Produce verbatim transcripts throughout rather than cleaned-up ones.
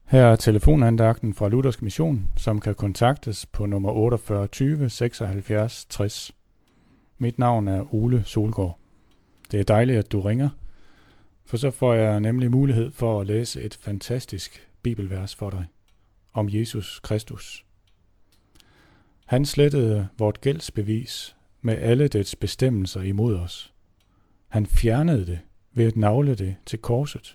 Her er telefonandagten fra Luthersk Mission, som kan kontaktes på nummer otteogfyrre tyve seksoghalvfjerds tres. Mit navn er Ole Solgaard. Det er dejligt, at du ringer, for så får jeg nemlig mulighed for at læse et fantastisk bibelvers for dig om Jesus Kristus. Han slettede vort gældsbevis med alle dets bestemmelser imod os. Han fjernede det ved at nagle det til korset.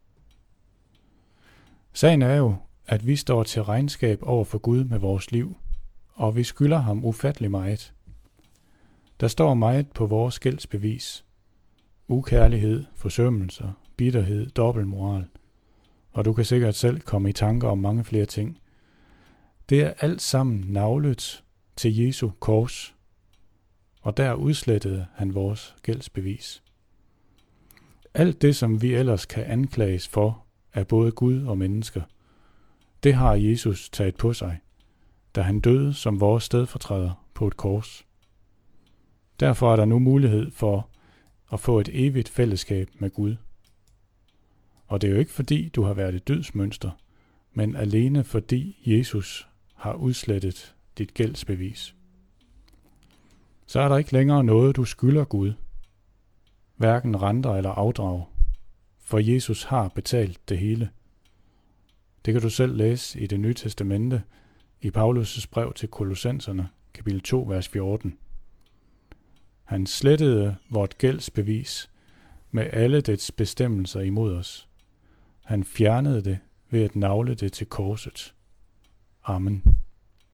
Sagen er jo, at vi står til regnskab over for Gud med vores liv, og vi skylder ham ufattelig meget. Der står meget på vores gældsbevis. Ukærlighed, forsømmelser, bitterhed, dobbeltmoral, og du kan sikkert selv komme i tanker om mange flere ting. Det er alt sammen naglet til Jesu kors, og der udslettede han vores gældsbevis. Alt det, som vi ellers kan anklages for, af både Gud og mennesker, det har Jesus taget på sig, da han døde som vores stedfortræder på et kors. Derfor er der nu mulighed for at få et evigt fællesskab med Gud. Og det er jo ikke fordi, du har været et dødsmønster, men alene fordi Jesus har udslettet dit gældsbevis. Så er der ikke længere noget, du skylder Gud, hverken renter eller afdrag, for Jesus har betalt det hele. Det kan du selv læse i Det Nye Testamente, i Paulus' brev til Kolossenserne, kapitel to, vers fjorten. Han slettede vort gældsbevis med alle dets bestemmelser imod os. Han fjernede det ved at nagle det til korset. Amen.